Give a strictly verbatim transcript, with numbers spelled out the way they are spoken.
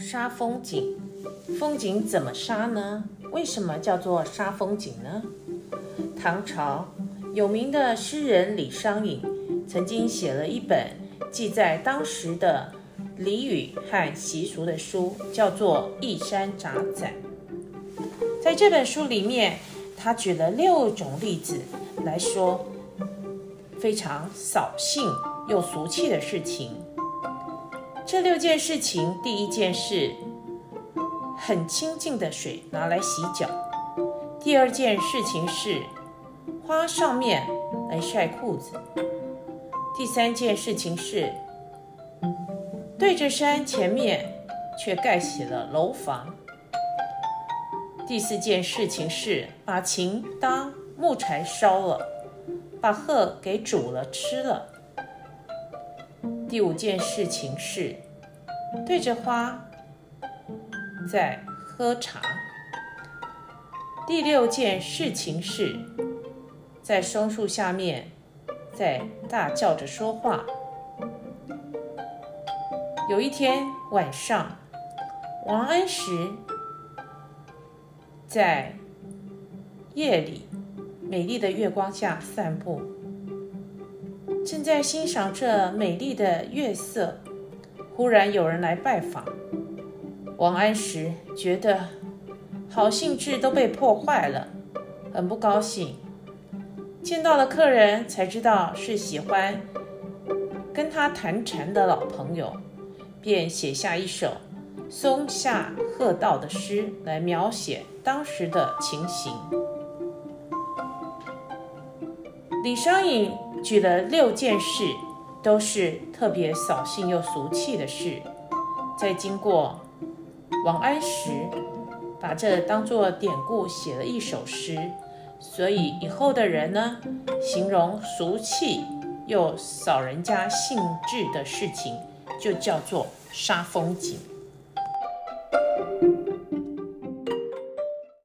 杀风景，风景怎么杀呢？为什么叫做杀风景呢？唐朝有名的诗人李商隐曾经写了一本记载当时的俚语和习俗的书，叫做《忆山杂载》。在这本书里面，他举了六种例子来说非常扫兴又俗气的事情。这六件事情，第一件是很清净的水拿来洗脚；第二件事情是花上面来晒裤子；第三件事情是对着山前面却盖起了楼房；第四件事情是把琴当木柴烧了，把鹤给煮了吃了；第五件事情是对着花在喝茶；第六件事情是在松树下面在大叫着说话。有一天晚上，王安石在夜里美丽的月光下散步，正在欣赏这美丽的月色，忽然有人来拜访。王安石觉得好兴致都被破坏了，很不高兴。见到了客人，才知道是喜欢跟他谈禅的老朋友，便写下一首松下鹤道的诗来描写当时的情形。李商隐举了六件事，都是特别扫兴又俗气的事，再经过王安石把这当作典故写了一首诗，所以以后的人呢，形容俗气又扫人家兴致的事情，就叫做杀风景。